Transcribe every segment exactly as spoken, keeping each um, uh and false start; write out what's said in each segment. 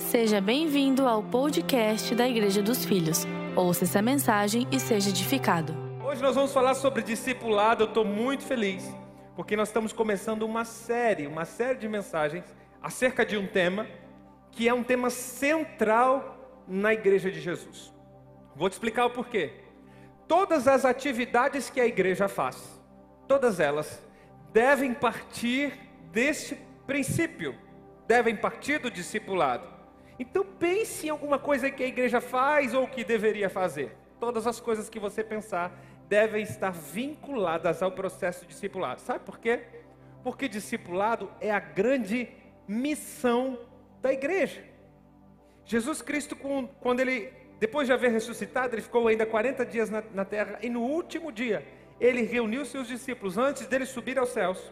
Seja bem-vindo ao podcast da Igreja dos Filhos. Ouça essa mensagem e seja edificado. Hoje nós vamos falar sobre discipulado. Eu estou muito feliz, porque nós estamos começando uma série, uma série de mensagens acerca de um tema que é um tema central na Igreja de Jesus. Vou te explicar o porquê. Todas as atividades que a igreja faz, todas elas devem partir deste princípio, devem partir do discipulado. Então pense em alguma coisa que a igreja faz ou que deveria fazer. Todas as coisas que você pensar devem estar vinculadas ao processo de discipulado. Sabe por quê? Porque discipulado é a grande missão da igreja. Jesus Cristo, quando ele, depois de haver ressuscitado, ele ficou ainda quarenta dias na, na terra, e no último dia, ele reuniu seus discípulos antes dele subir aos céus.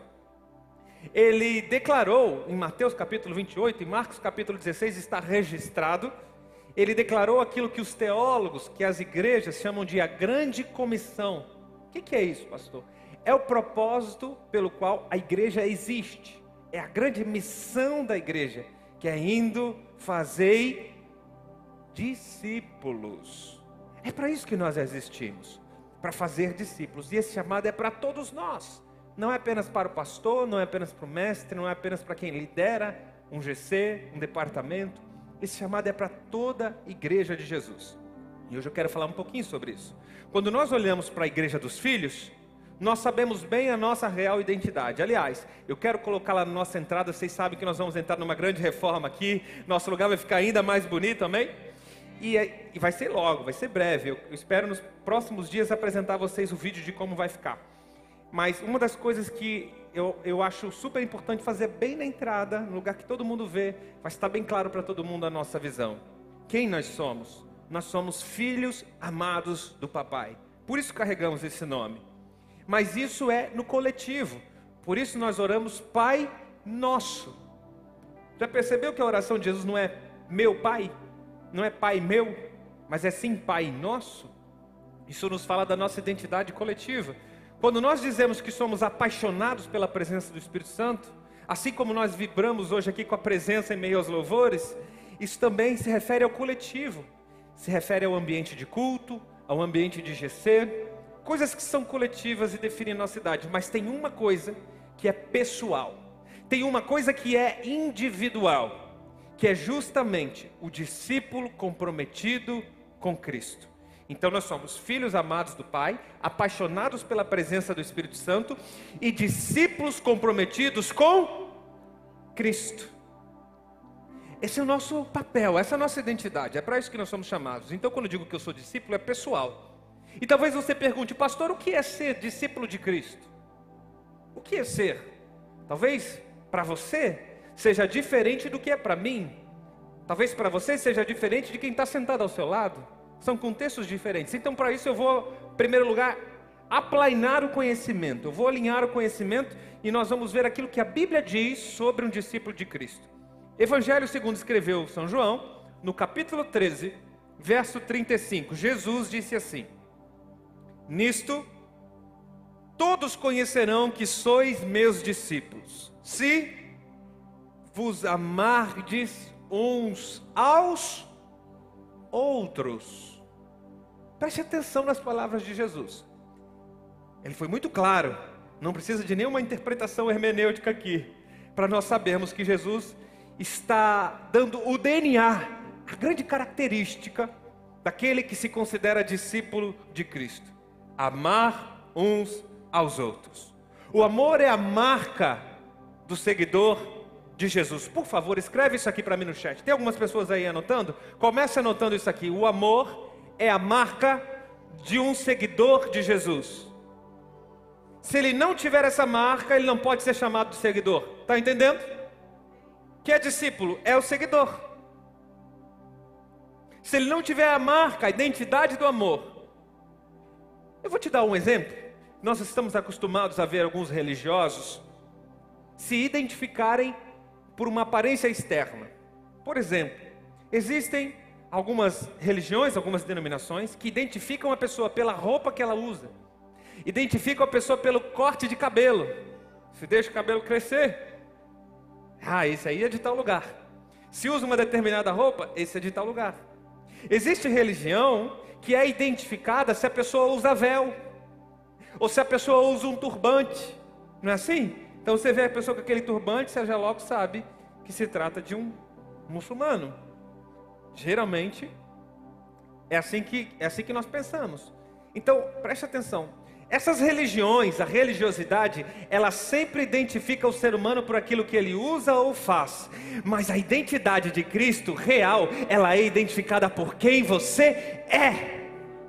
Ele declarou, em Mateus capítulo vinte e oito, em Marcos capítulo dezesseis, está registrado, ele declarou aquilo que os teólogos, que as igrejas chamam de a grande comissão. O que, que é isso, pastor? É o propósito pelo qual a igreja existe, é a grande missão da igreja, que é indo, fazei discípulos. É para isso que nós existimos, para fazer discípulos, e esse chamado é para todos nós. Não é apenas para o pastor, não é apenas para o mestre, não é apenas para quem lidera um G C, um departamento. Esse chamado é para toda a igreja de Jesus. E hoje eu quero falar um pouquinho sobre isso. Quando nós olhamos para a igreja dos filhos, nós sabemos bem a nossa real identidade. Aliás, eu quero colocar lá na nossa entrada, vocês sabem que nós vamos entrar numa grande reforma aqui, nosso lugar vai ficar ainda mais bonito, amém? E, e vai ser logo, vai ser breve. Eu, eu espero nos próximos dias apresentar a vocês o vídeo de como vai ficar. Mas uma das coisas que eu, eu acho super importante fazer bem na entrada, no lugar que todo mundo vê, vai estar bem claro para todo mundo a nossa visão. Quem nós somos? Nós somos filhos amados do papai. Por isso carregamos esse nome. Mas isso é no coletivo. Por isso nós oramos Pai Nosso. Já percebeu que a oração de Jesus não é meu Pai? Não é Pai meu, mas é sim Pai Nosso? Isso nos fala da nossa identidade coletiva. Quando nós dizemos que somos apaixonados pela presença do Espírito Santo, assim como nós vibramos hoje aqui com a presença em meio aos louvores, isso também se refere ao coletivo, se refere ao ambiente de culto, ao ambiente de G C, coisas que são coletivas e definem nossa idade. Mas tem uma coisa que é pessoal, tem uma coisa que é individual, que é justamente o discípulo comprometido com Cristo. Então nós somos filhos amados do Pai, apaixonados pela presença do Espírito Santo e discípulos comprometidos com Cristo. Esse é o nosso papel, essa é a nossa identidade, é para isso que nós somos chamados. Então quando eu digo que eu sou discípulo, é pessoal. E talvez você pergunte, pastor, o que é ser discípulo de Cristo? O que é ser? Talvez para você seja diferente do que é para mim. Talvez para você seja diferente de quem está sentado ao seu lado. São contextos diferentes. Então para isso eu vou, em primeiro lugar, aplainar o conhecimento. Eu vou alinhar o conhecimento e nós vamos ver aquilo que a Bíblia diz sobre um discípulo de Cristo. Evangelho segundo escreveu São João, no capítulo treze, verso trinta e cinco. Jesus disse assim: nisto todos conhecerão que sois meus discípulos, se vos amardes uns aos outros. Preste atenção nas palavras de Jesus. Ele foi muito claro, não precisa de nenhuma interpretação hermenêutica aqui, para nós sabermos que Jesus está dando o D N A, a grande característica daquele que se considera discípulo de Cristo: amar uns aos outros. O amor é a marca do seguidor de Jesus. Por favor, escreve isso aqui para mim no chat. Tem algumas pessoas aí anotando? Comece anotando isso aqui. O amor é a marca de um seguidor de Jesus. Se ele não tiver essa marca, ele não pode ser chamado de seguidor. Está entendendo? Que é discípulo? É o seguidor. Se ele não tiver a marca, a identidade do amor. Eu vou te dar um exemplo. Nós estamos acostumados a ver alguns religiosos se identificarem por uma aparência externa. Por exemplo, existem algumas religiões, algumas denominações que identificam a pessoa pela roupa que ela usa, identificam a pessoa pelo corte de cabelo. Se deixa o cabelo crescer, ah, esse aí é de tal lugar. Se usa uma determinada roupa, esse é de tal lugar. Existe religião que é identificada se a pessoa usa véu, ou se a pessoa usa um turbante, não é assim? Então você vê a pessoa com aquele turbante, você já logo sabe que se trata de um muçulmano. Geralmente, é assim que, é assim que nós pensamos. Então, preste atenção. Essas religiões, a religiosidade, ela sempre identifica o ser humano por aquilo que ele usa ou faz. Mas a identidade de Cristo real, ela é identificada por quem você é.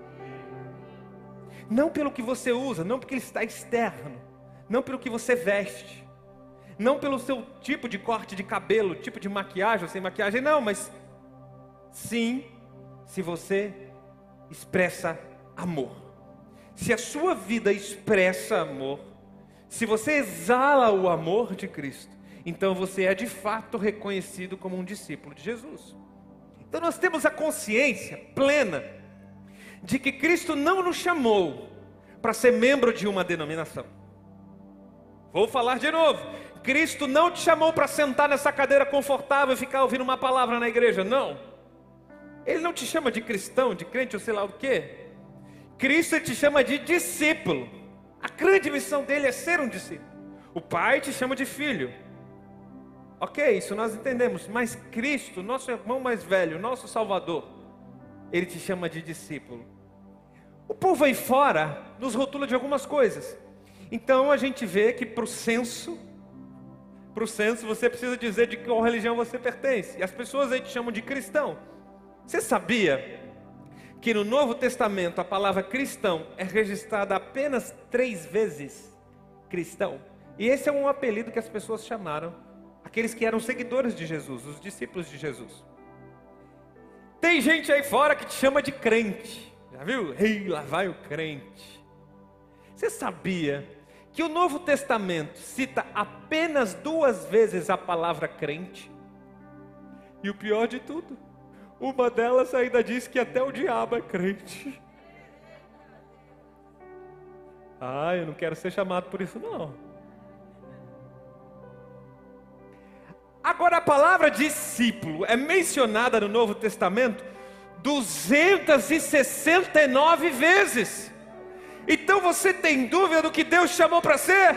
Não pelo que você usa, não porque ele está externo, não pelo que você veste, não pelo seu tipo de corte de cabelo, tipo de maquiagem ou sem maquiagem, não, mas sim, se você expressa amor. Se a sua vida expressa amor, se você exala o amor de Cristo, então você é de fato reconhecido como um discípulo de Jesus. Então nós temos a consciência plena de que Cristo não nos chamou para ser membro de uma denominação. Vou falar de novo. Cristo não te chamou para sentar nessa cadeira confortável e ficar ouvindo uma palavra na igreja, não. Ele não te chama de cristão, de crente ou sei lá o quê. Cristo te chama de discípulo. A grande missão dele é ser um discípulo. O Pai te chama de filho. Ok, isso nós entendemos. Mas Cristo, nosso irmão mais velho, nosso Salvador, ele te chama de discípulo. O povo aí fora nos rotula de algumas coisas. Então a gente vê que para o censo, para o censo você precisa dizer de qual religião você pertence. E as pessoas aí te chamam de cristão. Você sabia que no Novo Testamento a palavra cristão é registrada apenas três vezes? Cristão. E esse é um apelido que as pessoas chamaram aqueles que eram seguidores de Jesus, os discípulos de Jesus. Tem gente aí fora que te chama de crente. Já viu? Ei, lá vai o crente. Você sabia que o Novo Testamento cita apenas duas vezes a palavra crente? E o pior de tudo, uma delas ainda diz que até o diabo é crente. Ah, eu não quero ser chamado por isso não. Agora a palavra discípulo é mencionada no Novo Testamento duzentas e sessenta e nove vezes. Então você tem dúvida do que Deus chamou para ser?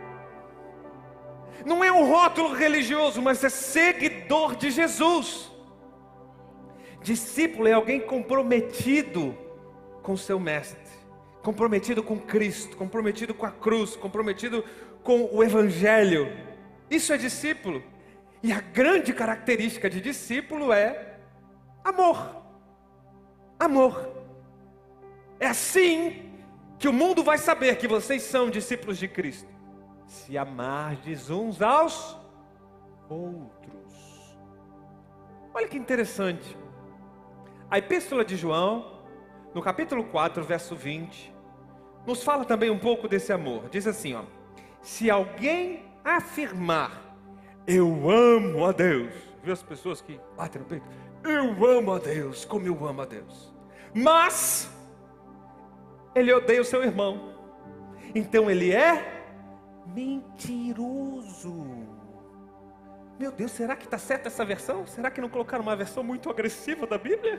Não é um rótulo religioso, mas é seguidor de Jesus. Discípulo é alguém comprometido com seu mestre, comprometido com Cristo, comprometido com a cruz, comprometido com o Evangelho. Isso é discípulo. E a grande característica de discípulo é amor. Amor. É assim que o mundo vai saber que vocês são discípulos de Cristo: se amardes uns aos outros. Olha que interessante. A Epístola de João, no capítulo quatro, verso vinte, nos fala também um pouco desse amor. Diz assim, ó: se alguém afirmar, eu amo a Deus. Viu as pessoas que batem no peito? Eu amo a Deus, como eu amo a Deus. Mas ele odeia o seu irmão. Então ele é mentiroso. Meu Deus, será que está certa essa versão? Será que não colocaram uma versão muito agressiva da Bíblia?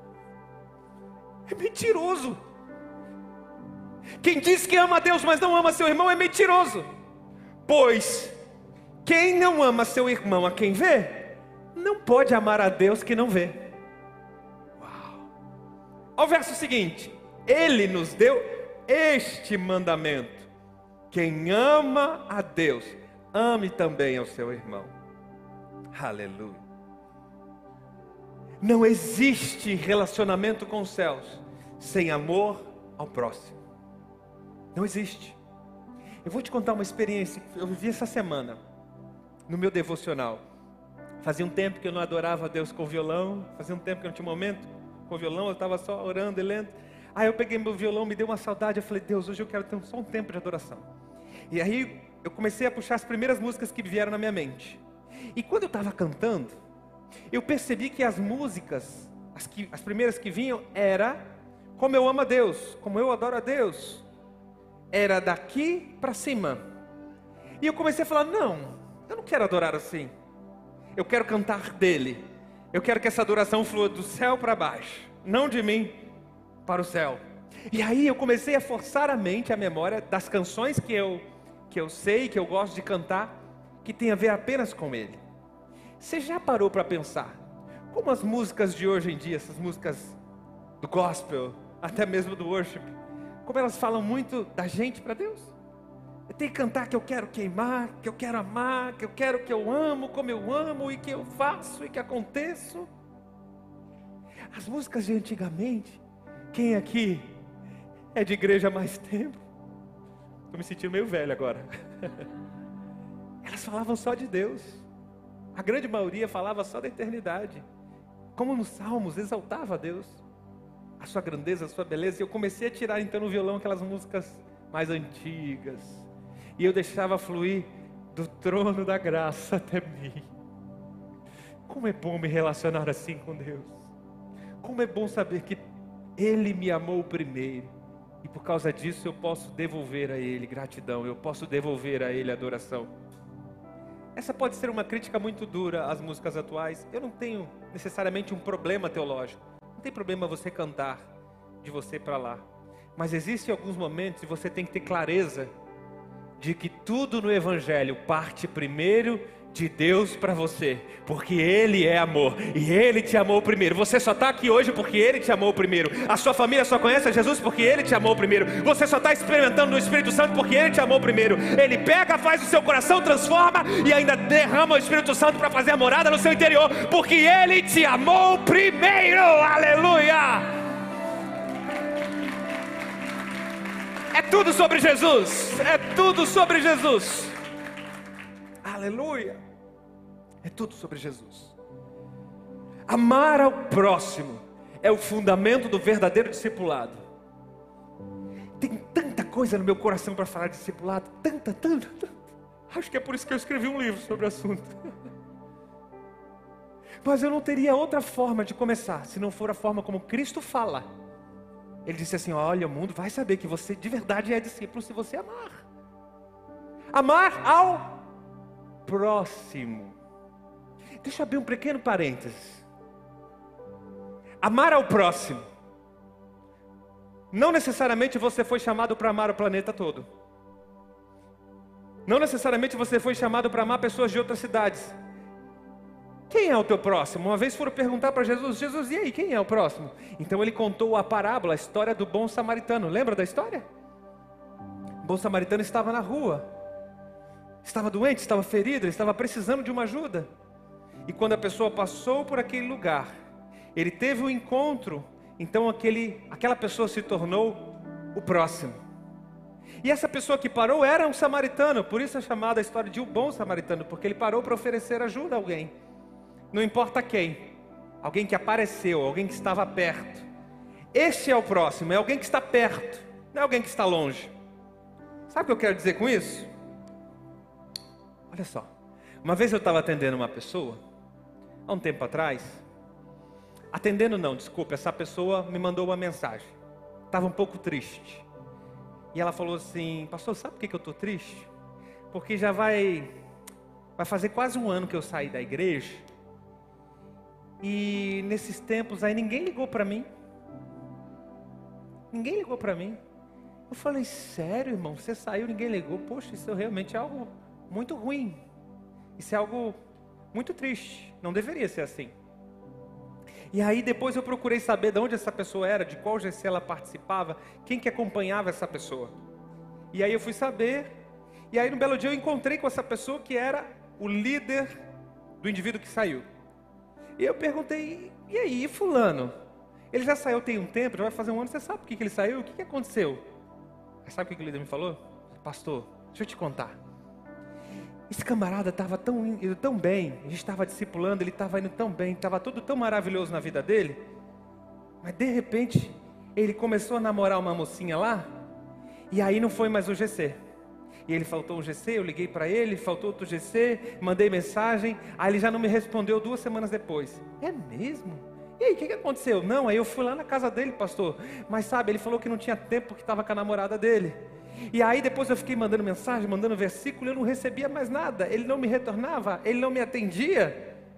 É mentiroso. Quem diz que ama a Deus, mas não ama seu irmão, é mentiroso. Pois quem não ama seu irmão a quem vê, não pode amar a Deus que não vê. Uau! Ao verso seguinte: ele nos deu este mandamento: quem ama a Deus, ame também ao seu irmão. Aleluia! Não existe relacionamento com os céus sem amor ao próximo. Não existe. Eu vou te contar uma experiência que eu vivi essa semana no meu devocional. Fazia um tempo que eu não adorava a Deus com violão. Fazia um tempo que eu não tinha um momento com violão. Eu estava só orando e lendo. Aí eu peguei meu violão, me deu uma saudade. Eu falei: Deus, hoje eu quero ter só um tempo de adoração. E aí eu comecei a puxar as primeiras músicas que vieram na minha mente. E quando eu estava cantando, eu percebi que as músicas, as, que, as primeiras que vinham, era como eu amo a Deus, como eu adoro a Deus. Era daqui para cima. E eu comecei a falar: não, eu não quero adorar assim. Eu quero cantar dele. Eu quero que essa adoração flua do céu para baixo, não de mim para o céu. E aí eu comecei a forçar a mente, a memória das canções que eu, que eu sei, que eu gosto de cantar, que tem a ver apenas com ele. Você já parou para pensar como as músicas de hoje em dia, essas músicas do gospel, até mesmo do worship, como elas falam muito da gente para Deus? Eu tenho que cantar que eu quero queimar, que eu quero amar, que eu quero que eu amo como eu amo e que eu faço e que aconteço. As músicas de antigamente, quem aqui é de igreja há mais tempo? Estou me sentindo meio velho agora. Elas falavam só de Deus. A grande maioria falava só da eternidade. Como nos Salmos, exaltava a Deus, a sua grandeza, a sua beleza. E eu comecei a tirar então no violão aquelas músicas mais antigas. E eu deixava fluir do trono da graça até mim. Como é bom me relacionar assim com Deus. Como é bom saber que Ele me amou primeiro. E por causa disso eu posso devolver a Ele gratidão. Eu posso devolver a Ele adoração. Essa pode ser uma crítica muito dura às músicas atuais. Eu não tenho necessariamente um problema teológico. Não tem problema você cantar de você para lá. Mas existem alguns momentos e você tem que ter clareza de que tudo no Evangelho parte primeiro de Deus para você, porque Ele é amor, e Ele te amou primeiro. Você só está aqui hoje porque Ele te amou primeiro. A sua família só conhece a Jesus porque Ele te amou primeiro. Você só está experimentando no Espírito Santo porque Ele te amou primeiro. Ele pega, faz o seu coração, transforma e ainda derrama o Espírito Santo para fazer a morada no seu interior, porque Ele te amou primeiro. Aleluia! É tudo sobre Jesus, é tudo sobre Jesus, aleluia, é tudo sobre Jesus. Amar ao próximo é o fundamento do verdadeiro discipulado. Tem tanta coisa no meu coração para falar de discipulado, tanta, tanta, tanta. Acho que é por isso que eu escrevi um livro sobre o assunto. Mas eu não teria outra forma de começar, se não for a forma como Cristo fala. Ele disse assim, olha, o mundo vai saber que você de verdade é discípulo se você amar. Amar ao próximo. Deixa eu abrir um pequeno parênteses. Amar ao próximo. Não necessariamente você foi chamado para amar o planeta todo. Não necessariamente você foi chamado para amar pessoas de outras cidades. Quem é o teu próximo? Uma vez foram perguntar para Jesus, Jesus, e aí, quem é o próximo? Então ele contou a parábola, a história do bom samaritano. Lembra da história? O bom samaritano estava na rua, estava doente, estava ferido, ele estava precisando de uma ajuda. E quando a pessoa passou por aquele lugar, ele teve um encontro, então aquele, aquela pessoa se tornou o próximo. E essa pessoa que parou era um samaritano, por isso é chamada a história de o bom samaritano, porque ele parou para oferecer ajuda a alguém. Não importa quem, alguém que apareceu, alguém que estava perto. Este é o próximo, é alguém que está perto, não é alguém que está longe. Sabe o que eu quero dizer com isso? Olha só, uma vez eu estava atendendo uma pessoa, há um tempo atrás, atendendo não, desculpa, essa pessoa me mandou uma mensagem, estava um pouco triste. E ela falou assim, pastor, sabe por que eu estou triste? Porque já vai, vai fazer quase um ano que eu saí da igreja, e nesses tempos aí ninguém ligou para mim. Ninguém ligou para mim. Eu falei, sério, irmão? Você saiu, ninguém ligou? Poxa, isso realmente é algo muito ruim. Isso é algo muito triste. Não deveria ser assim. E aí depois eu procurei saber de onde essa pessoa era, de qual G C ela participava, quem que acompanhava essa pessoa. E aí eu fui saber. E aí no belo dia eu encontrei com essa pessoa que era o líder do indivíduo que saiu. E eu perguntei, e aí, fulano? Ele já saiu tem um tempo, já vai fazer um ano, você sabe por que ele saiu? O que aconteceu? Sabe o que o líder me falou? Pastor, deixa eu te contar. Esse camarada estava tão indo tão bem, a gente estava discipulando, ele estava indo tão bem, estava tudo tão maravilhoso na vida dele, mas de repente, ele começou a namorar uma mocinha lá, e aí não foi mais o G C. E ele faltou um G C, eu liguei para ele, faltou outro G C, mandei mensagem, aí ele já não me respondeu duas semanas depois. É mesmo? E aí, o que, que aconteceu? Não, aí eu fui lá na casa dele, pastor, mas sabe, ele falou que não tinha tempo porque estava com a namorada dele. E aí depois eu fiquei mandando mensagem, mandando versículo, eu não recebia mais nada, ele não me retornava, ele não me atendia.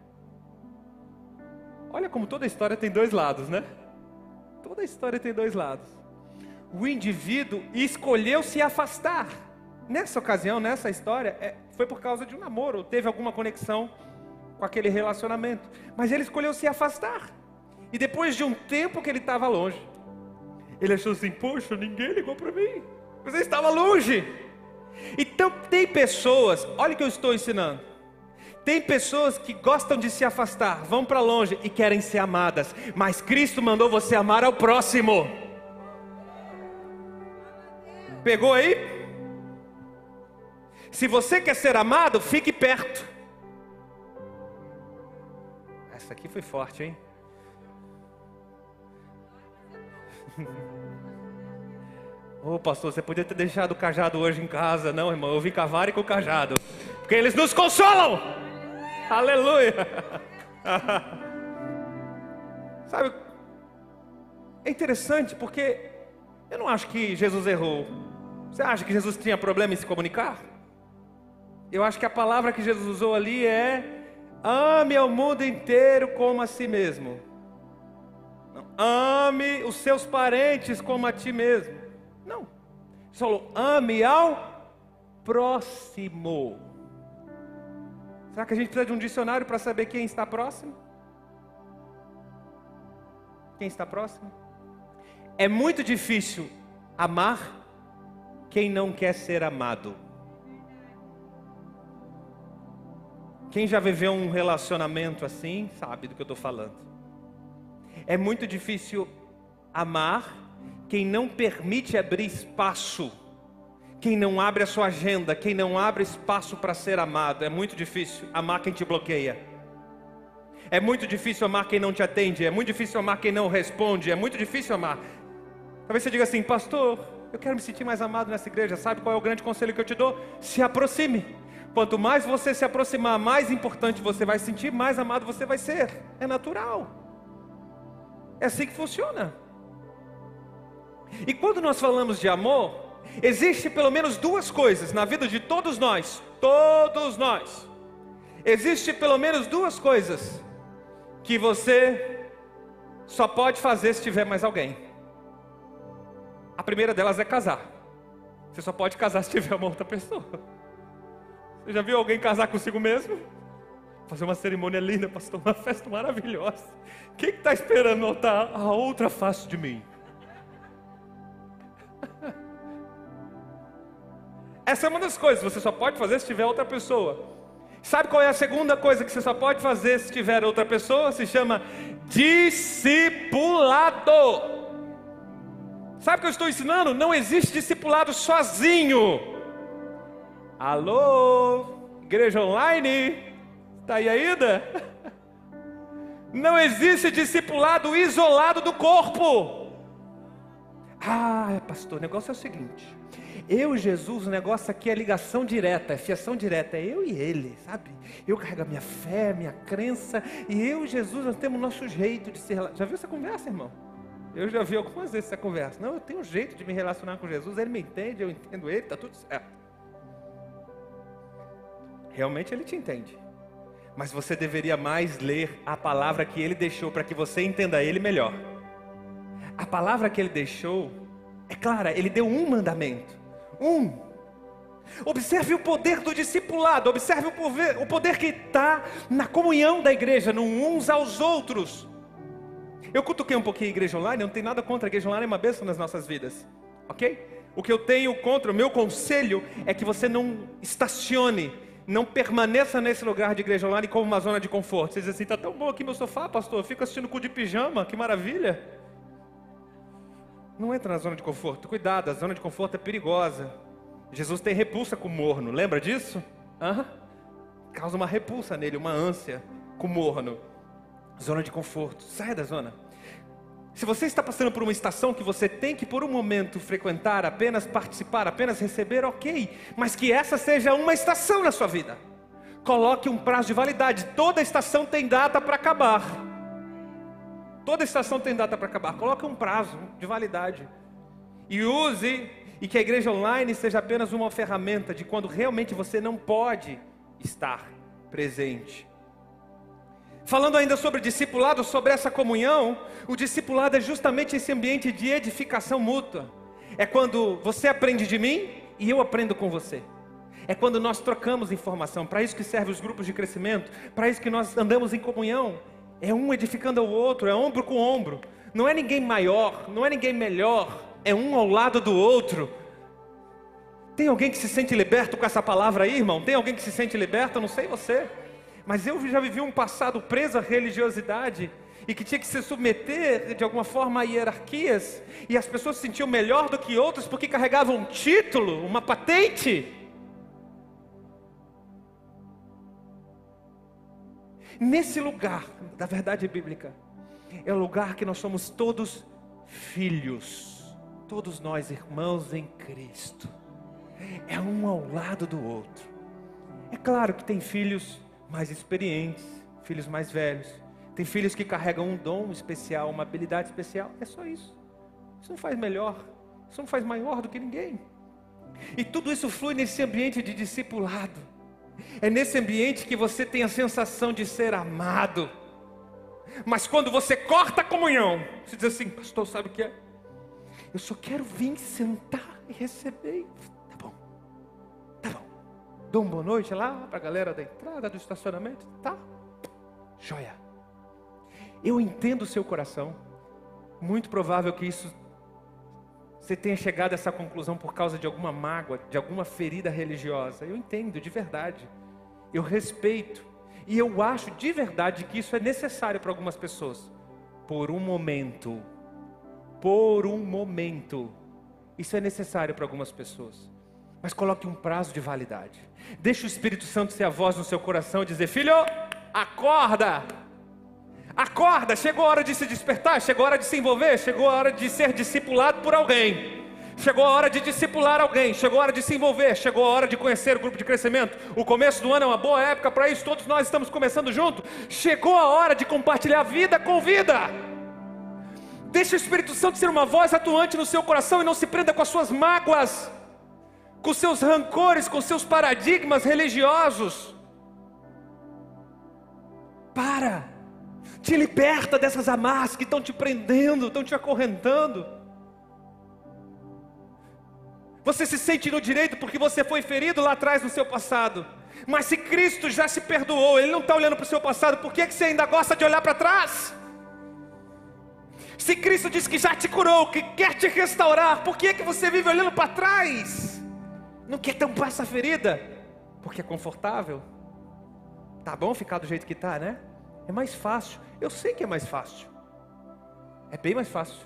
Olha como toda história tem dois lados, né? Toda história tem dois lados. O indivíduo escolheu se afastar. Nessa ocasião, nessa história, é, foi por causa de um namoro, teve alguma conexão com aquele relacionamento. Mas ele escolheu se afastar. E depois de um tempo que ele estava longe, ele achou assim, poxa, ninguém ligou para mim. Você estava longe. Então tem pessoas, olha o que eu estou ensinando. Tem pessoas que gostam de se afastar, vão para longe e querem ser amadas. Mas Cristo mandou você amar ao próximo. Pegou aí? Se você quer ser amado, fique perto. Essa aqui foi forte, hein? Ô, oh, pastor, você podia ter deixado o cajado hoje em casa. Não, irmão, eu vim com a vara e com o cajado, porque eles nos consolam. Aleluia. Sabe, é interessante porque eu não acho que Jesus errou. Você acha que Jesus tinha problema em se comunicar? Eu acho que a palavra que Jesus usou ali é: ame ao mundo inteiro como a si mesmo. Não, ame os seus parentes como a ti mesmo. Não. Ele falou: ame ao próximo. Será que a gente precisa de um dicionário para saber quem está próximo? Quem está próximo? É muito difícil amar quem não quer ser amado. Quem já viveu um relacionamento assim, sabe do que eu estou falando. É muito difícil amar quem não permite abrir espaço, quem não abre a sua agenda, quem não abre espaço para ser amado. É muito difícil amar quem te bloqueia. É muito difícil amar quem não te atende. É muito difícil amar quem não responde. É muito difícil amar. Talvez você diga assim: pastor, eu quero me sentir mais amado nessa igreja. Sabe qual é o grande conselho que eu te dou? Se aproxime. Quanto mais você se aproximar, mais importante você vai sentir, mais amado você vai ser. É natural. É assim que funciona. E quando nós falamos de amor, existe pelo menos duas coisas na vida de todos nós. Todos nós. Existe pelo menos duas coisas que você só pode fazer se tiver mais alguém. A primeira delas é casar. Você só pode casar se tiver uma outra pessoa. Você já viu alguém casar consigo mesmo? Fazer uma cerimônia linda, pastor, uma festa maravilhosa. Quem está esperando no altar? A outra face de mim. Essa é uma das coisas que você só pode fazer se tiver outra pessoa. Sabe qual é a segunda coisa que você só pode fazer se tiver outra pessoa? Se chama discipulado. Sabe o que eu estou ensinando? Não existe discipulado sozinho. Alô, igreja online, está aí ainda? Não existe discipulado isolado do corpo. Ah, pastor, o negócio é o seguinte: eu e Jesus, o negócio aqui é ligação direta, é fiação direta, é eu e ele, sabe? Eu carrego a minha fé, minha crença, e eu e Jesus, nós temos o nosso jeito de se relacionar. Já viu essa conversa, irmão? Eu já vi algumas vezes essa conversa. Não, eu tenho um jeito de me relacionar com Jesus, ele me entende, eu entendo ele, está tudo certo. Realmente ele te entende. Mas você deveria mais ler a palavra que ele deixou para que você entenda ele melhor. A palavra que ele deixou é clara, ele deu um mandamento. Um. Observe o poder do discipulado, observe o poder, o poder que está na comunhão da igreja, no uns aos outros. Eu cutuquei um pouquinho a igreja online, eu não tenho nada contra a igreja online, é uma bênção nas nossas vidas. Ok? O que eu tenho contra, o meu conselho é que você não estacione, não permaneça nesse lugar de igreja online como uma zona de conforto. Você diz assim: está tão bom aqui meu sofá, pastor, eu fico assistindo cu de pijama, que maravilha. Não entra na zona de conforto, cuidado, a zona de conforto é perigosa. Jesus tem repulsa com morno, lembra disso? Uhum. Causa uma repulsa nele, uma ânsia com morno. Zona de conforto, sai da zona. Se você está passando por uma estação que você tem que por um momento frequentar, apenas participar, apenas receber, ok. Mas que essa seja uma estação na sua vida. Coloque um prazo de validade. Toda estação tem data para acabar. Toda estação tem data para acabar. Coloque um prazo de validade. E use, e que a igreja online seja apenas uma ferramenta de quando realmente você não pode estar presente. Falando ainda sobre discipulado, sobre essa comunhão, o discipulado é justamente esse ambiente de edificação mútua. É quando você aprende de mim e eu aprendo com você. É quando nós trocamos informação. Para isso que servem os grupos de crescimento, para isso que nós andamos em comunhão. É um edificando o outro, é ombro com ombro. Não é ninguém maior, não é ninguém melhor, é um ao lado do outro. Tem alguém que se sente liberto com essa palavra aí, irmão? Tem alguém que se sente liberto? Eu não sei você, mas eu já vivi um passado preso à religiosidade e que tinha que se submeter de alguma forma a hierarquias, e as pessoas se sentiam melhor do que outras porque carregavam um título, uma patente. Nesse lugar da verdade bíblica, é o lugar que nós somos todos filhos, todos nós irmãos em Cristo. É um ao lado do outro. É claro que tem filhos mais experientes, filhos mais velhos. Tem filhos que carregam um dom especial, uma habilidade especial. É só isso. Isso não faz melhor, isso não faz maior do que ninguém. E tudo isso flui nesse ambiente de discipulado. É nesse ambiente que você tem a sensação de ser amado. Mas quando você corta a comunhão, você diz assim: pastor, sabe o que é? Eu só quero vir sentar e receber. Tá bom, tá bom. Dou uma boa noite lá para a galera da entrada, do estacionamento. Tá, joia. Eu entendo o seu coração. Muito provável que isso, você tenha chegado a essa conclusão por causa de alguma mágoa, de alguma ferida religiosa. Eu entendo, de verdade. Eu respeito. E eu acho de verdade que isso é necessário para algumas pessoas. Por um momento. Por um momento. Isso é necessário para algumas pessoas. Mas coloque um prazo de validade. Deixe o Espírito Santo ser a voz no seu coração e dizer: filho, acorda! Acorda! Chegou a hora de se despertar, chegou a hora de se envolver, chegou a hora de ser discipulado por alguém. Chegou a hora de discipular alguém, chegou a hora de se envolver, chegou a hora de conhecer o grupo de crescimento. O começo do ano é uma boa época para isso, todos nós estamos começando junto. Chegou a hora de compartilhar vida com vida. Deixa o Espírito Santo ser uma voz atuante no seu coração e não se prenda com as suas mágoas, com seus rancores, com seus paradigmas religiosos. Para, te liberta dessas amarras que estão te prendendo, estão te acorrentando. Você se sente no direito porque você foi ferido lá atrás no seu passado. Mas se Cristo já se perdoou, Ele não está olhando para o seu passado, por que, é que você ainda gosta de olhar para trás? Se Cristo diz que já te curou, que quer te restaurar, por que, é que você vive olhando para trás? Não quer tampar essa ferida? Porque é confortável. Tá bom ficar do jeito que está, né? É mais fácil. Eu sei que é mais fácil. É bem mais fácil.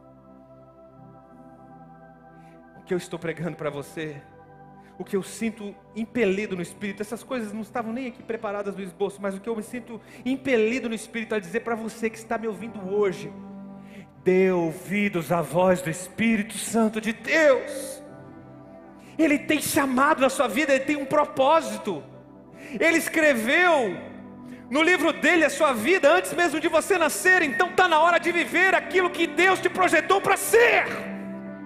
O que eu estou pregando para você, o que eu sinto impelido no Espírito, essas coisas não estavam nem aqui preparadas no esboço, mas o que eu me sinto impelido no Espírito a dizer para você que está me ouvindo hoje: dê ouvidos à voz do Espírito Santo de Deus. Ele tem chamado na sua vida, Ele tem um propósito. Ele escreveu no livro dele a sua vida antes mesmo de você nascer. Então está na hora de viver aquilo que Deus te projetou para ser.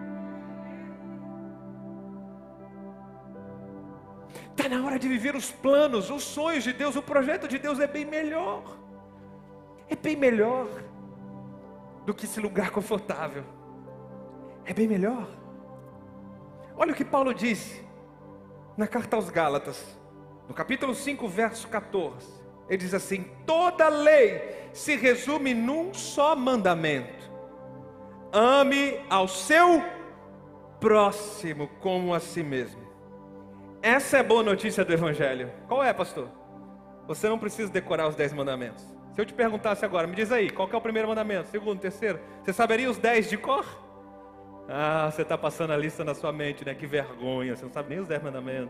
Está na hora de viver os planos, os sonhos de Deus. O projeto de Deus é bem melhor. É bem melhor do que esse lugar confortável. É bem melhor. Olha o que Paulo diz na carta aos Gálatas, no capítulo cinco, verso catorze. Ele diz assim: toda lei se resume num só mandamento: ame ao seu próximo como a si mesmo. Essa é a boa notícia do Evangelho. Qual é, pastor? Você não precisa decorar os dez mandamentos. Se eu te perguntasse agora, me diz aí, qual que é o primeiro mandamento, segundo, terceiro? Você saberia os dez de cor? Ah, você está passando a lista na sua mente, né? Que vergonha, você não sabe nem os dez mandamentos.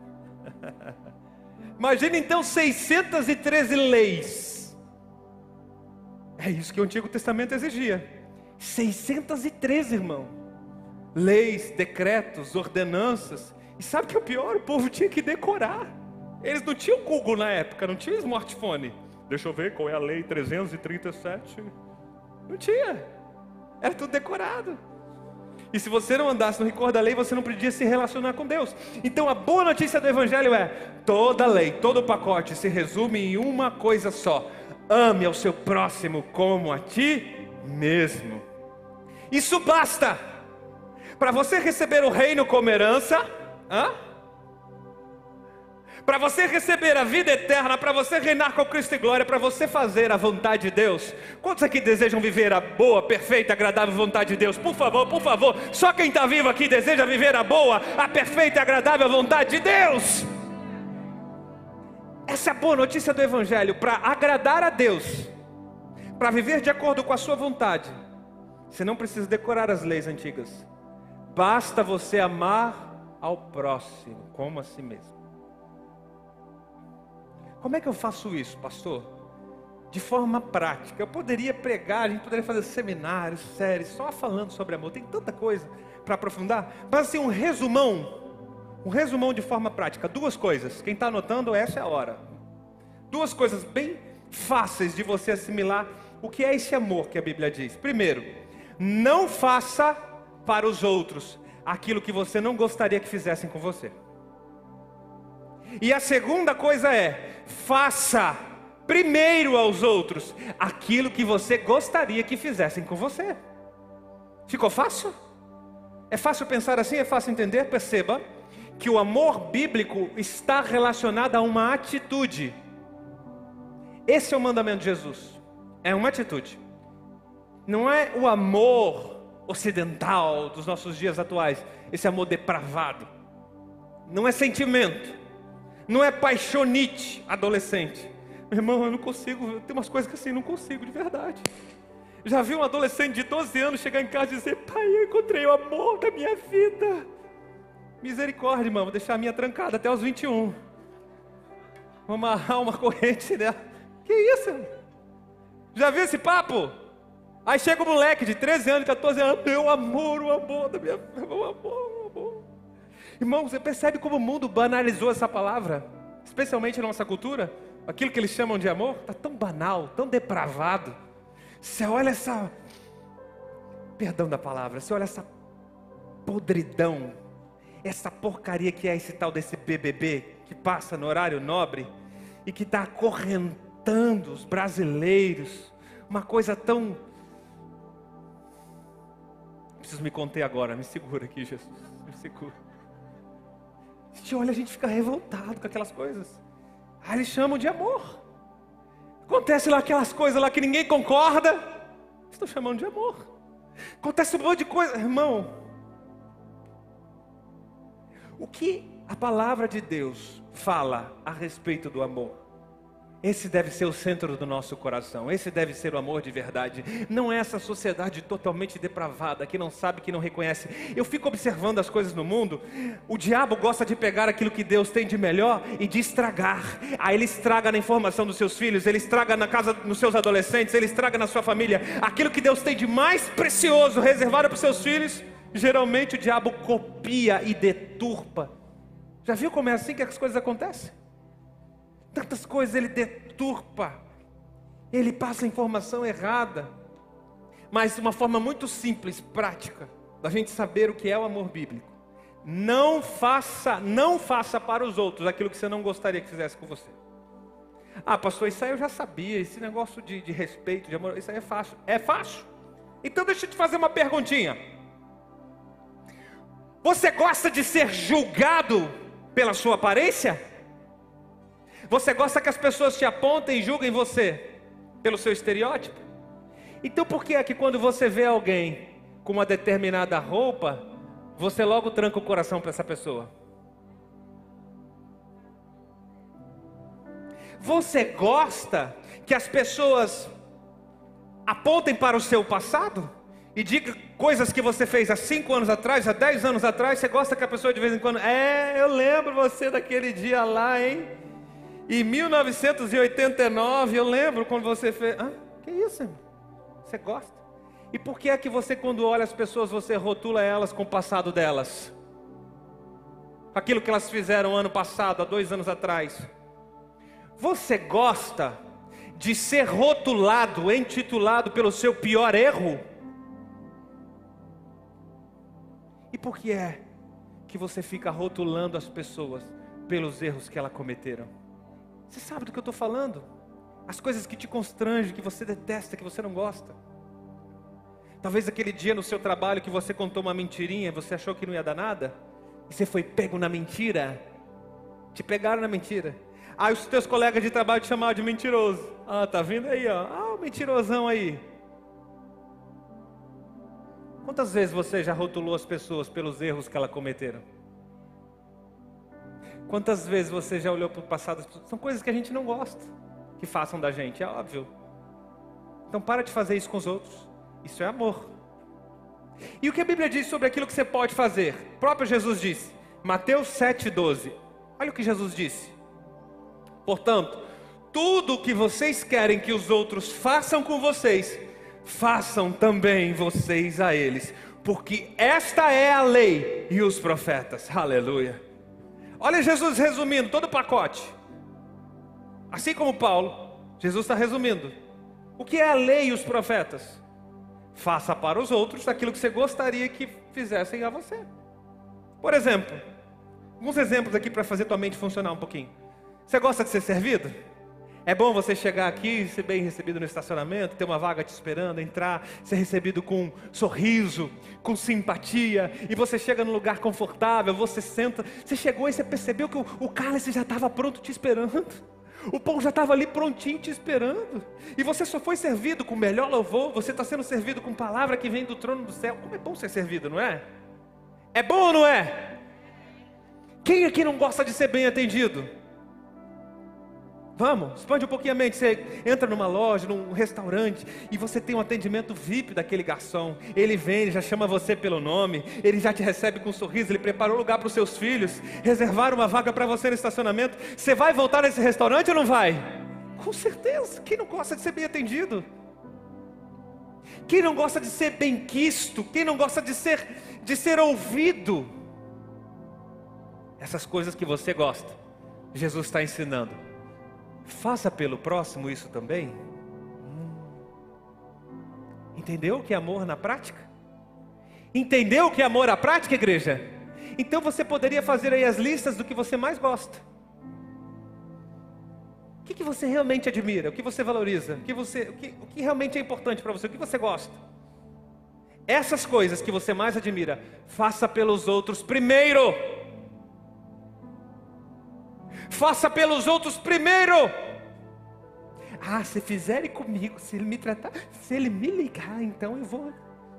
Imagina então seiscentas e treze leis. É isso que o Antigo Testamento exigia. seiscentas e treze, irmão. Leis, decretos, ordenanças. E sabe o que é o pior? O povo tinha que decorar. Eles não tinham Google na época, não tinha smartphone. Deixa eu ver qual é a lei trezentos e trinta e sete. Não tinha. Era tudo decorado. E se você não andasse no rigor da lei, você não podia se relacionar com Deus. Então a boa notícia do Evangelho é: toda lei, todo o pacote se resume em uma coisa só: ame ao seu próximo como a ti mesmo. Isso basta para você receber o reino como herança, hã? Para você receber a vida eterna, para você reinar com Cristo em glória, para você fazer a vontade de Deus. Quantos aqui desejam viver a boa, perfeita, agradável vontade de Deus? Por favor, por favor, só quem está vivo aqui deseja viver a boa, a perfeita e agradável vontade de Deus. Essa é a boa notícia do Evangelho. Para agradar a Deus, para viver de acordo com a sua vontade, você não precisa decorar as leis antigas. Basta você amar ao próximo como a si mesmo. Como é que eu faço isso, pastor? De forma prática. Eu poderia pregar, a gente poderia fazer seminários, séries, só falando sobre amor. Tem tanta coisa para aprofundar. Mas assim, um resumão. Um resumão de forma prática. Duas coisas. Quem está anotando, essa é a hora. Duas coisas bem fáceis de você assimilar o que é esse amor que a Bíblia diz. Primeiro, não faça para os outros aquilo que você não gostaria que fizessem com você. E a segunda coisa é, faça primeiro aos outros aquilo que você gostaria que fizessem com você. Ficou fácil? É fácil pensar assim? É fácil entender? Perceba que o amor bíblico está relacionado a uma atitude. Esse é o mandamento de Jesus. É uma atitude. Não é o amor ocidental dos nossos dias atuais. Esse amor depravado. Não é sentimento. Não é paixonite adolescente. Meu irmão, eu não consigo, tem umas coisas que assim, não consigo de verdade. Já vi um adolescente de doze anos chegar em casa e dizer: pai, eu encontrei o amor da minha vida. Misericórdia, irmão, vou deixar a minha trancada até os vinte e um. Vou amarrar uma corrente dela. Que isso, irmão? Já viu esse papo? Aí chega um moleque de treze anos, catorze anos: meu amor, o amor da minha vida, meu amor, o amor. Irmão, você percebe como o mundo banalizou essa palavra? Especialmente na nossa cultura. Aquilo que eles chamam de amor está tão banal, tão depravado. Você olha essa, perdão da palavra, você olha essa podridão, essa porcaria que é esse tal desse B B B, que passa no horário nobre, e que está acorrentando os brasileiros. Uma coisa tão... Preciso me conter agora, me segura aqui, Jesus, me segura. A gente olha, a gente fica revoltado com aquelas coisas. Ah, eles chamam de amor. Acontece lá aquelas coisas lá que ninguém concorda. Estão chamando de amor. Acontece um monte de coisa. Irmão, o que a palavra de Deus fala a respeito do amor? Esse deve ser o centro do nosso coração. Esse deve ser o amor de verdade. Não é essa sociedade totalmente depravada, que não sabe, que não reconhece. Eu fico observando as coisas no mundo. O diabo gosta de pegar aquilo que Deus tem de melhor e de estragar. Aí ele estraga na informação dos seus filhos, ele estraga na casa dos seus adolescentes, ele estraga na sua família. Aquilo que Deus tem de mais precioso, reservado para os seus filhos, geralmente o diabo copia e deturpa. Já viu como é assim que as coisas acontecem? Tantas coisas ele deturpa, ele passa a informação errada. Mas uma forma muito simples, prática, da gente saber o que é o amor bíblico: não faça, não faça para os outros aquilo que você não gostaria que fizesse com você. Ah, pastor, isso aí eu já sabia, esse negócio de, de respeito, de amor, isso aí é fácil. É fácil? Então deixa eu te fazer uma perguntinha. Você gosta de ser julgado pela sua aparência? Você gosta que as pessoas te apontem e julguem você pelo seu estereótipo? Então por que é que quando você vê alguém com uma determinada roupa, você logo tranca o coração para essa pessoa? Você gosta que as pessoas apontem para o seu passado e digam coisas que você fez há cinco anos atrás, há dez anos atrás? Você gosta que a pessoa de vez em quando: é, eu lembro você daquele dia lá, hein? Em mil novecentos e oitenta e nove, eu lembro quando você fez... Ah, que isso, irmão? Você gosta? E por que é que você, quando olha as pessoas, você rotula elas com o passado delas? Aquilo que elas fizeram ano passado, há dois anos atrás. Você gosta de ser rotulado, intitulado pelo seu pior erro? E por que é que você fica rotulando as pessoas pelos erros que elas cometeram? Você sabe do que eu estou falando? As coisas que te constrangem, que você detesta, que você não gosta. Talvez aquele dia no seu trabalho que você contou uma mentirinha, você achou que não ia dar nada, e você foi pego na mentira. Te pegaram na mentira. Aí os teus colegas de trabalho te chamaram de mentiroso. Ah, tá vindo aí, ó. Ah, o mentirosão aí. Quantas vezes você já rotulou as pessoas pelos erros que elas cometeram? Quantas vezes você já olhou para o passado? São coisas que a gente não gosta que façam da gente, é óbvio. Então para de fazer isso com os outros. Isso é amor. E o que a Bíblia diz sobre aquilo que você pode fazer? O próprio Jesus disse, Mateus sete, doze. Olha o que Jesus disse. Portanto, tudo o que vocês querem que os outros façam com vocês, façam também vocês a eles, porque esta é a lei e os profetas. Aleluia. Olha Jesus resumindo todo o pacote. Assim como Paulo, Jesus está resumindo. O que é a lei e os profetas? Faça para os outros aquilo que você gostaria que fizessem a você. Por exemplo, alguns exemplos aqui para fazer tua mente funcionar um pouquinho. Você gosta de ser servido? É bom você chegar aqui, ser bem recebido no estacionamento, ter uma vaga te esperando, entrar, ser recebido com um sorriso, com simpatia, e você chega num lugar confortável, você senta, você chegou e você percebeu que o, o cálice já estava pronto te esperando, o pão já estava ali prontinho te esperando, e você só foi servido com o melhor louvor, você está sendo servido com palavra que vem do trono do céu. Como é bom ser servido, não é? É bom ou não é? Quem aqui não gosta de ser bem atendido? Vamos, expande um pouquinho a mente. Você entra numa loja, num restaurante, e você tem um atendimento V I P daquele garçom. Ele vem, ele já chama você pelo nome, ele já te recebe com um sorriso, ele preparou lugar para os seus filhos, reservaram uma vaga para você no estacionamento. Você vai voltar nesse restaurante ou não vai? Com certeza. Quem não gosta de ser bem atendido? Quem não gosta de ser bem quisto? Quem não gosta de ser, de ser ouvido? Essas coisas que você gosta, Jesus está ensinando. Faça pelo próximo isso também. Hum. Entendeu o que é amor na prática? Entendeu o que é amor na prática, igreja? Então você poderia fazer aí as listas do que você mais gosta. O que, que você realmente admira? O que você valoriza? O que, você, o que, o que realmente é importante para você? O que você gosta? Essas coisas que você mais admira, faça pelos outros primeiro. Faça pelos outros primeiro. Ah, se fizerem comigo, se ele me tratar, se ele me ligar, então eu vou.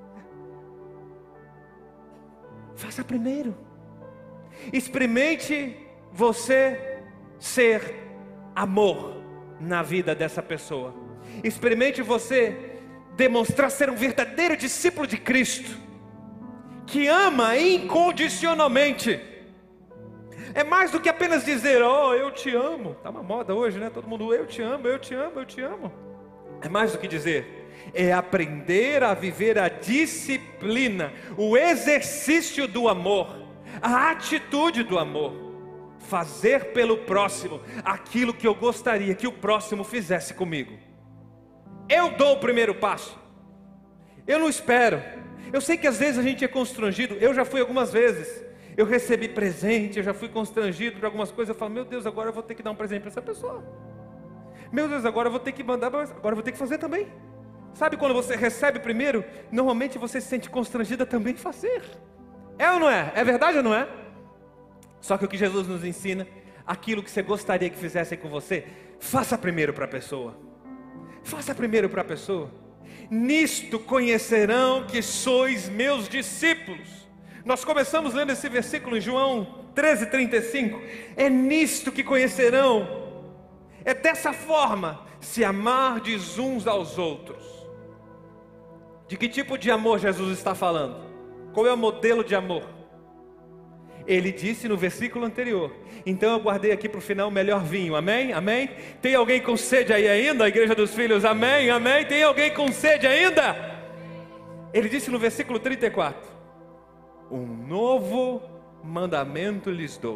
Faça primeiro. Experimente você ser amor na vida dessa pessoa. Experimente você demonstrar ser um verdadeiro discípulo de Cristo, que ama incondicionalmente. É mais do que apenas dizer, oh, eu te amo. Está uma moda hoje, né? Todo mundo, eu te amo, eu te amo, eu te amo. É mais do que dizer. É aprender a viver a disciplina, o exercício do amor, a atitude do amor. Fazer pelo próximo aquilo que eu gostaria que o próximo fizesse comigo. Eu dou o primeiro passo. Eu não espero. Eu sei que às vezes a gente é constrangido. Eu já fui algumas vezes. Eu recebi presente, eu já fui constrangido por algumas coisas. Eu falo, meu Deus, agora eu vou ter que dar um presente para essa pessoa. Meu Deus, agora eu vou ter que mandar, agora eu vou ter que fazer também. Sabe quando você recebe primeiro, normalmente você se sente constrangida também em fazer. É ou não é? É verdade ou não é? Só que o que Jesus nos ensina, aquilo que você gostaria que fizessem com você, faça primeiro para a pessoa. Faça primeiro para a pessoa. Nisto conhecerão que sois meus discípulos. Nós começamos lendo esse versículo em João treze, trinta e cinco. É nisto que conhecerão. É dessa forma, se amardes uns aos outros. De que tipo de amor Jesus está falando? Qual é o modelo de amor? Ele disse no versículo anterior. Então eu guardei aqui para o final o melhor vinho. Amém? Amém? Tem alguém com sede aí ainda? A igreja dos filhos, amém? Amém? Tem alguém com sede ainda? Ele disse no versículo trinta e quatro. Um novo mandamento lhes dou.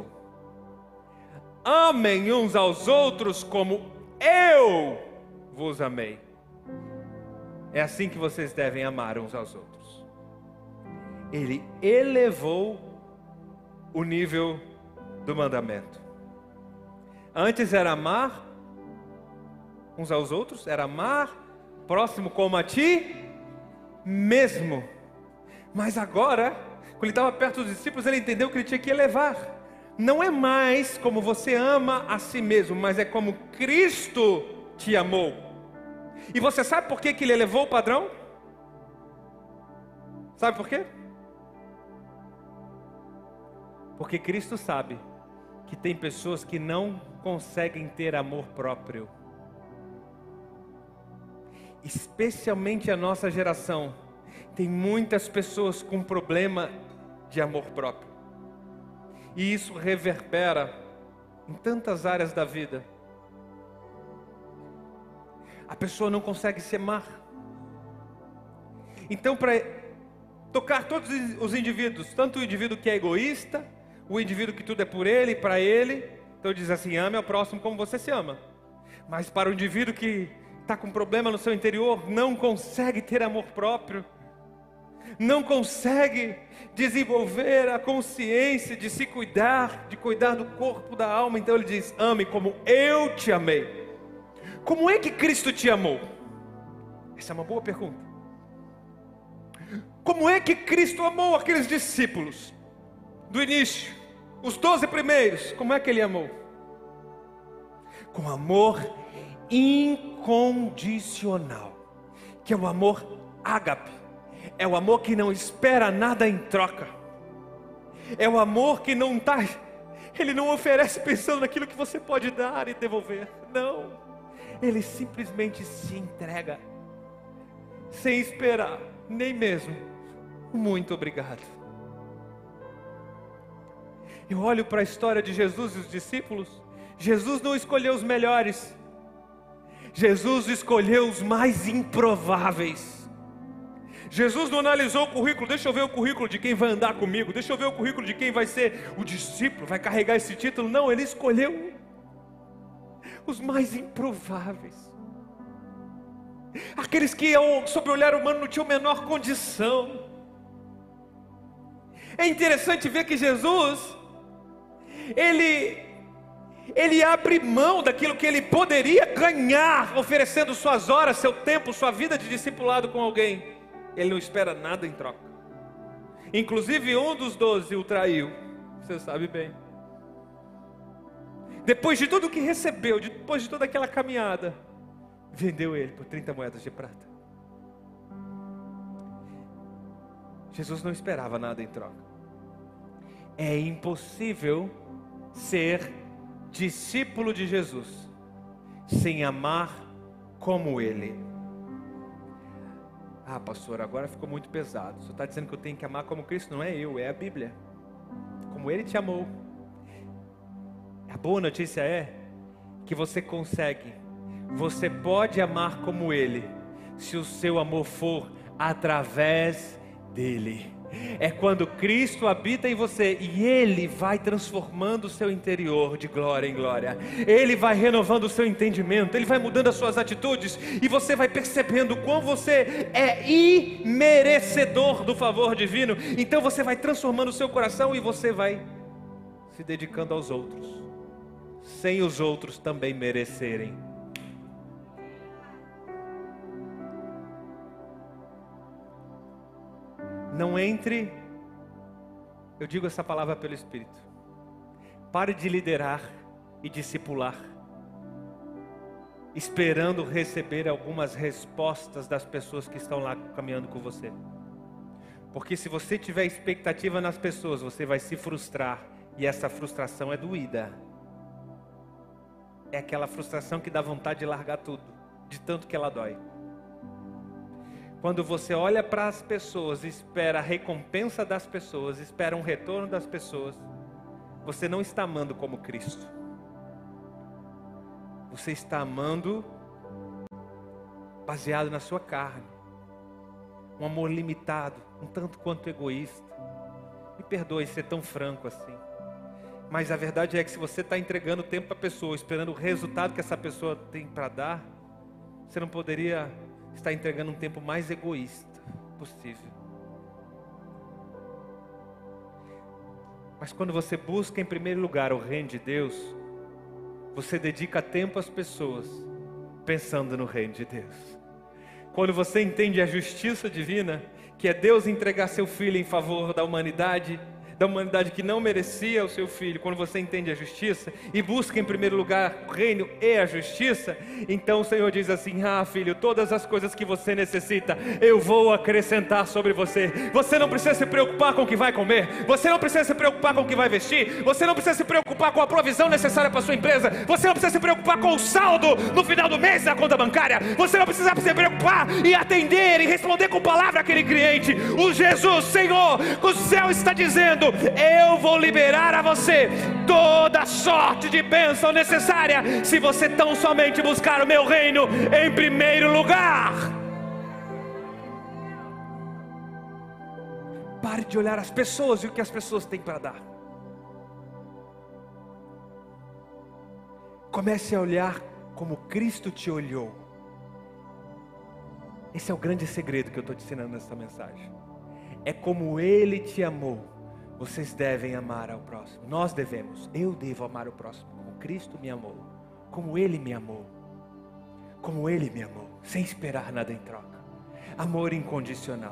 Amem uns aos outros como eu vos amei. É assim que vocês devem amar uns aos outros. Ele elevou o nível do mandamento. Antes era amar uns aos outros era amar o próximo como a ti mesmo. Mas agora, quando ele estava perto dos discípulos, ele entendeu que ele tinha que elevar. Não é mais como você ama a si mesmo, mas é como Cristo te amou. E você sabe por que que ele elevou o padrão? Sabe por quê? Porque Cristo sabe que tem pessoas que não conseguem ter amor próprio. Especialmente a nossa geração, tem muitas pessoas com problema de amor próprio. E isso reverbera em tantas áreas da vida. A pessoa não consegue se amar. Então, para tocar todos os indivíduos, tanto o indivíduo que é egoísta, o indivíduo que tudo é por ele, para ele, então diz assim, ame ao próximo como você se ama. Mas para o indivíduo que está com problema no seu interior, não consegue ter amor próprio, não consegue desenvolver a consciência de se cuidar, de cuidar do corpo, da alma, então ele diz, ame como eu te amei. Como é que Cristo te amou? Essa é uma boa pergunta. Como é que Cristo amou aqueles discípulos do início, os doze primeiros? Como é que ele amou? Com amor incondicional, que é o amor ágape, é o amor que não espera nada em troca, é o amor que não está, ele não oferece pensando naquilo que você pode dar e devolver, não, ele simplesmente se entrega, sem esperar, nem mesmo, muito obrigado. Eu olho para a história de Jesus e os discípulos, Jesus não escolheu os melhores, Jesus escolheu os mais improváveis. Jesus não analisou o currículo, deixa eu ver o currículo de quem vai andar comigo, deixa eu ver o currículo de quem vai ser o discípulo, vai carregar esse título. Não, ele escolheu os mais improváveis, aqueles que sob o olhar humano não tinham a menor condição. É interessante ver que Jesus, ele, ele abre mão daquilo que ele poderia ganhar, oferecendo suas horas, seu tempo, sua vida de discipulado com alguém. Ele não espera nada em troca. Inclusive um dos doze o traiu, você sabe bem. Depois de tudo que recebeu, depois de toda aquela caminhada, vendeu ele por trinta moedas de prata. Jesus não esperava nada em troca. É impossível ser discípulo de Jesus sem amar como Ele. Ah, pastor, agora ficou muito pesado. Você está dizendo que eu tenho que amar como Cristo? Não é eu, é a Bíblia. Como Ele te amou. A boa notícia é que você consegue. Você pode amar como Ele, se o seu amor for através dEle. É quando Cristo habita em você e Ele vai transformando o seu interior de glória em glória. Ele vai renovando o seu entendimento, Ele vai mudando as suas atitudes e você vai percebendo quão você é imerecedor do favor divino. Então você vai transformando o seu coração e você vai se dedicando aos outros, sem os outros também merecerem. Não entre, eu digo essa palavra pelo Espírito, pare de liderar e discipular, esperando receber algumas respostas das pessoas que estão lá caminhando com você. Porque se você tiver expectativa nas pessoas, você vai se frustrar, e essa frustração é doída. É aquela frustração que dá vontade de largar tudo, de tanto que ela dói. Quando você olha para as pessoas, espera a recompensa das pessoas, espera um retorno das pessoas, você não está amando como Cristo. Você está amando baseado na sua carne. Um amor limitado, um tanto quanto egoísta. Me perdoe ser tão franco assim. Mas a verdade é que se você está entregando tempo para a pessoa, esperando o resultado que essa pessoa tem para dar, você não poderia está entregando um tempo mais egoísta possível. Mas quando você busca em primeiro lugar o reino de Deus, você dedica tempo às pessoas, pensando no reino de Deus. Quando você entende a justiça divina, que é Deus entregar seu Filho em favor da humanidade, da humanidade que não merecia o seu Filho, quando você entende a justiça e busca em primeiro lugar o reino e a justiça, então o Senhor diz assim: ah, filho, todas as coisas que você necessita, eu vou acrescentar sobre você. Você não precisa se preocupar com o que vai comer, você não precisa se preocupar com o que vai vestir, você não precisa se preocupar com a provisão necessária para a sua empresa, você não precisa se preocupar com o saldo no final do mês da conta bancária, você não precisa se preocupar em atender e responder com palavra àquele cliente. O Jesus, Senhor, o céu está dizendo: eu vou liberar a você toda sorte de bênção necessária, se você tão somente buscar o meu reino em primeiro lugar. Pare de olhar as pessoas e o que as pessoas têm para dar. Comece a olhar como Cristo te olhou. Esse é o grande segredo que eu estou te ensinando nessa mensagem. É como Ele te amou. Vocês devem amar ao próximo. Nós devemos. Eu devo amar o próximo como Cristo me amou, como Ele me amou, como Ele me amou, sem esperar nada em troca. Amor incondicional.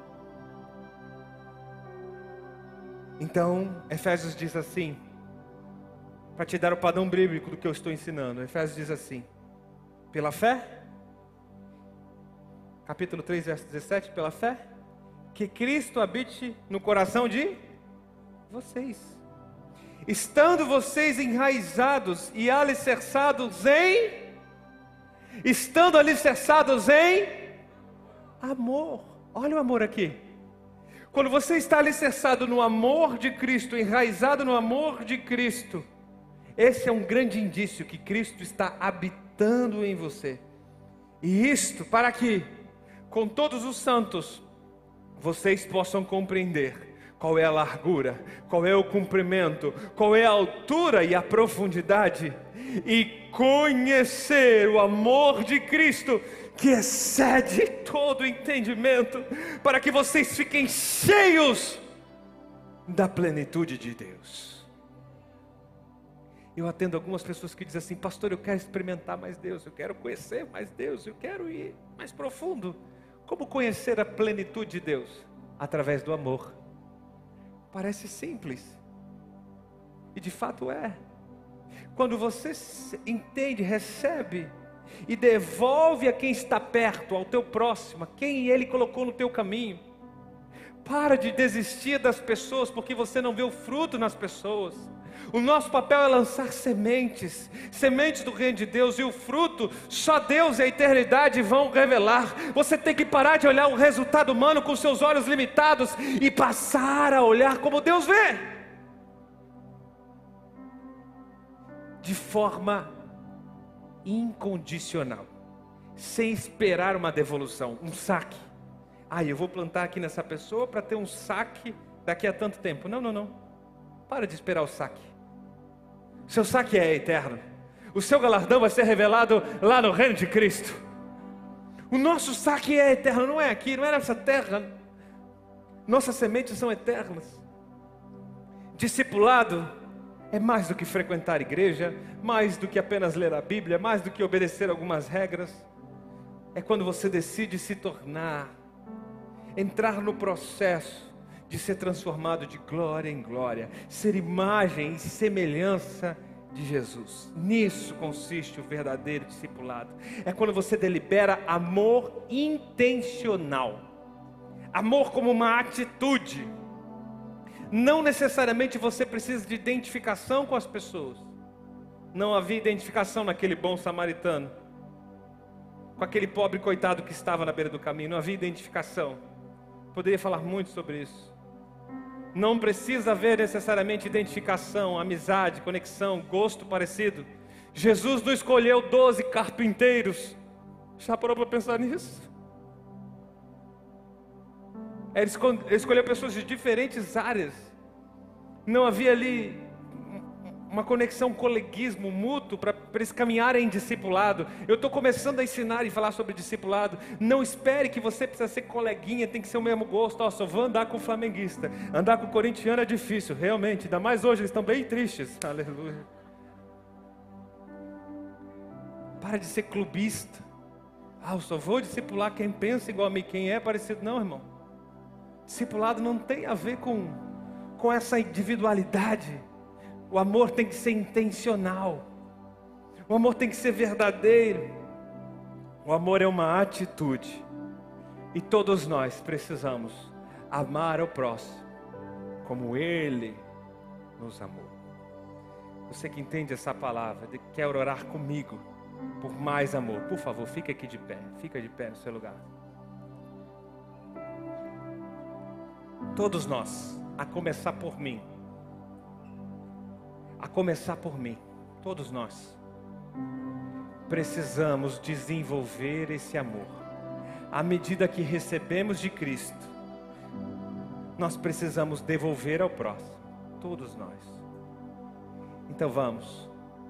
Então, Efésios diz assim, para te dar o padrão bíblico do que eu estou ensinando. Efésios diz assim: pela fé, capítulo três, verso dezessete, pela fé, que Cristo habite no coração de vocês, estando vocês enraizados e alicerçados em, estando alicerçados em amor. Olha o amor aqui. Quando você está alicerçado no amor de Cristo, enraizado no amor de Cristo, esse é um grande indício que Cristo está habitando em você. E isto para que, com todos os santos, vocês possam compreender qual é a largura, qual é o comprimento, qual é a altura e a profundidade, e conhecer o amor de Cristo, que excede todo entendimento, para que vocês fiquem cheios da plenitude de Deus. Eu atendo algumas pessoas que dizem assim: pastor, eu quero experimentar mais Deus, eu quero conhecer mais Deus, eu quero ir mais profundo. Como conhecer a plenitude de Deus? Através do amor. Parece simples, e de fato é. Quando você entende, recebe e devolve a quem está perto, ao teu próximo, a quem Ele colocou no teu caminho. Para de desistir das pessoas porque você não vê o fruto nas pessoas. O nosso papel é lançar sementes, sementes do reino de Deus, e o fruto, só Deus e a eternidade vão revelar. Você tem que parar de olhar o resultado humano com seus olhos limitados e passar a olhar como Deus vê, de forma incondicional, sem esperar uma devolução, um saque. Ah, eu vou plantar aqui nessa pessoa para ter um saque daqui a tanto tempo. Não, não, não. Para de esperar o saque. Seu saque é eterno. O seu galardão vai ser revelado lá no reino de Cristo. O nosso saque é eterno, não é aqui, não é nessa terra. Nossas sementes são eternas. Discipulado é mais do que frequentar igreja, mais do que apenas ler a Bíblia, mais do que obedecer algumas regras. É quando você decide se tornar, entrar no processo de ser transformado de glória em glória, ser imagem e semelhança de Jesus. Nisso consiste o verdadeiro discipulado. É quando você delibera amor intencional, amor como uma atitude. Não necessariamente você precisa de identificação com as pessoas. Não havia identificação naquele bom samaritano com aquele pobre coitado que estava na beira do caminho. Não havia identificação. Poderia falar muito sobre isso. Não precisa haver necessariamente identificação, amizade, conexão, gosto parecido. Jesus não escolheu doze carpinteiros. Já parou para pensar nisso? Ele escolheu pessoas de diferentes áreas. Não havia ali uma conexão, um coleguismo mútuo para eles caminharem em discipulado. Eu estou começando a ensinar e falar sobre discipulado. Não espere que você precisa ser coleguinha, tem que ser o mesmo gosto. Ó, só vou andar com o flamenguista. Andar com o corintiano é difícil, realmente. Ainda mais hoje, eles estão bem tristes. Aleluia. Para de ser clubista. Ah, eu só vou discipular quem pensa igual a mim, quem é parecido. Não, irmão. Discipulado não tem a ver com, com essa individualidade. O amor tem que ser intencional. O amor tem que ser verdadeiro. O amor é uma atitude. E todos nós precisamos amar o próximo como Ele nos amou. Você que entende essa palavra, quer orar comigo por mais amor, por favor, fique aqui de pé. Fica de pé no seu lugar. Todos nós, a começar por mim, a começar por mim, todos nós, precisamos desenvolver esse amor. À medida que recebemos de Cristo, nós precisamos devolver ao próximo, todos nós. Então vamos,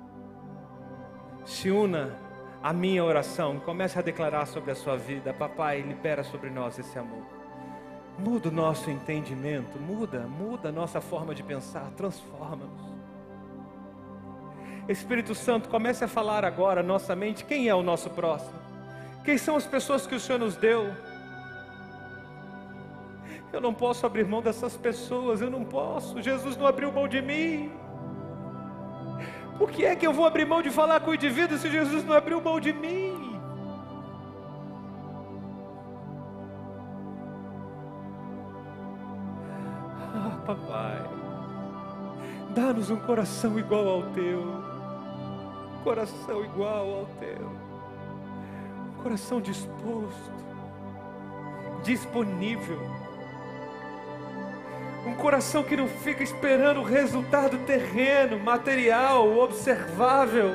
se una à minha oração, comece a declarar sobre a sua vida. Papai, libera sobre nós esse amor. Muda o nosso entendimento, muda, muda a nossa forma de pensar, transforma-nos. Espírito Santo, comece a falar agora, nossa mente, quem é o nosso próximo? Quem são as pessoas que o Senhor nos deu? Eu não posso abrir mão dessas pessoas, eu não posso. Jesus não abriu mão de mim. Por que é que eu vou abrir mão de falar com o indivíduo se Jesus não abriu mão de mim? Ah, papai, dá-nos um coração igual ao teu. Coração igual ao teu, coração disposto, disponível, um coração que não fica esperando o resultado terreno, material, observável.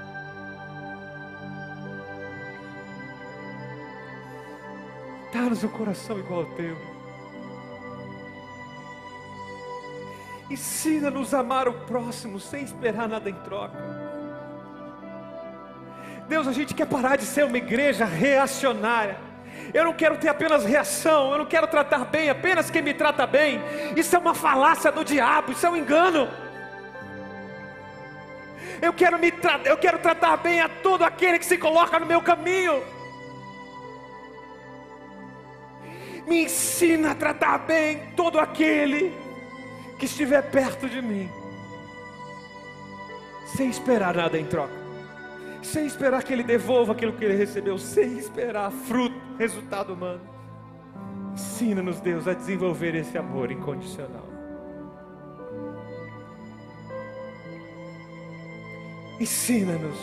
Dá-nos um coração igual ao teu. Ensina-nos a amar o próximo sem esperar nada em troca. Deus, a gente quer parar de ser uma igreja reacionária. Eu não quero ter apenas reação, eu não quero tratar bem apenas quem me trata bem. Isso é uma falácia do diabo, isso é um engano. Eu quero, me tra- eu quero tratar bem a todo aquele que se coloca no meu caminho. Me ensina a tratar bem todo aquele que estiver perto de mim, sem esperar nada em troca. Sem esperar que Ele devolva aquilo que Ele recebeu, sem esperar fruto, resultado humano. Ensina-nos, Deus, a desenvolver esse amor incondicional. Ensina-nos.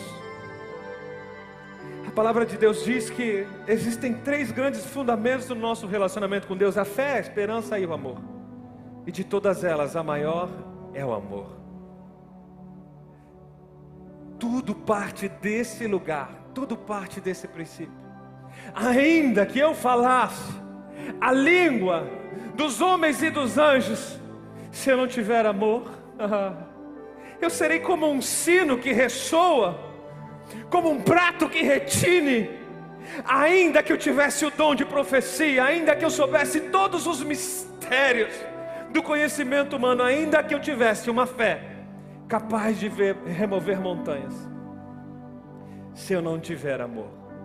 A palavra de Deus diz que existem três grandes fundamentos do nosso relacionamento com Deus: a fé, a esperança e o amor. E de todas elas, a maior é o amor. Tudo parte desse lugar, tudo parte desse princípio. Ainda que eu falasse a língua dos homens e dos anjos, se eu não tiver amor, eu serei como um sino que ressoa, como um prato que retine. Ainda que eu tivesse o dom de profecia, ainda que eu soubesse todos os mistérios do conhecimento humano, ainda que eu tivesse uma fé capaz de ver, remover montanhas, se eu não tiver amor,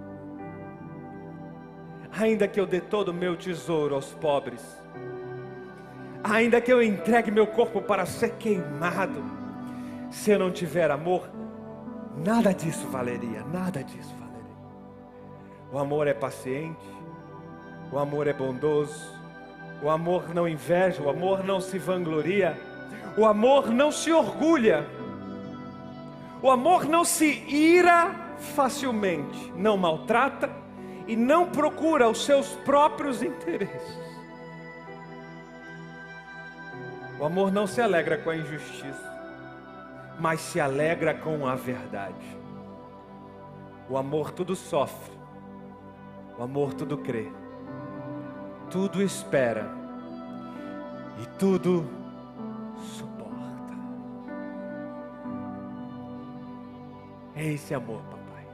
ainda que eu dê todo o meu tesouro aos pobres, ainda que eu entregue meu corpo para ser queimado, se eu não tiver amor, nada disso valeria, nada disso valeria. O amor é paciente, o amor é bondoso, o amor não inveja, o amor não se vangloria, o amor não se orgulha, o amor não se ira facilmente, não maltrata e não procura os seus próprios interesses. O amor não se alegra com a injustiça, mas se alegra com a verdade. O amor tudo sofre, o amor tudo crê, tudo espera e tudo suporta. É esse amor, papai.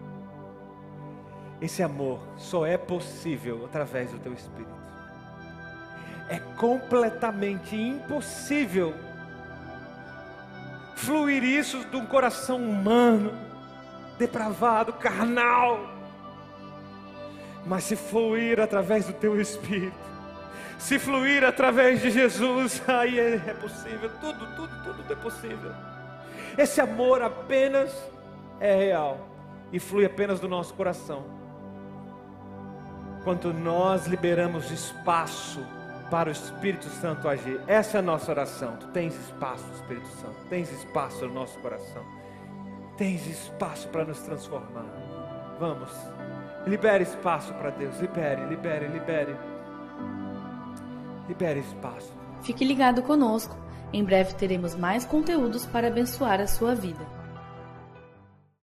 Esse amor só é possível através do teu Espírito. É completamente impossível fluir isso de um coração humano, depravado, carnal. Mas se fluir através do teu Espírito, se fluir através de Jesus, aí é possível, tudo, tudo, tudo é possível. Esse amor apenas é real e flui apenas do nosso coração. Quando nós liberamos espaço para o Espírito Santo agir. Essa é a nossa oração. Tu tens espaço, Espírito Santo, tens espaço no nosso coração, tens espaço para nos transformar. Vamos, libere espaço para Deus, libere, libere, libere, libere espaço. Fique ligado conosco, em breve teremos mais conteúdos para abençoar a sua vida.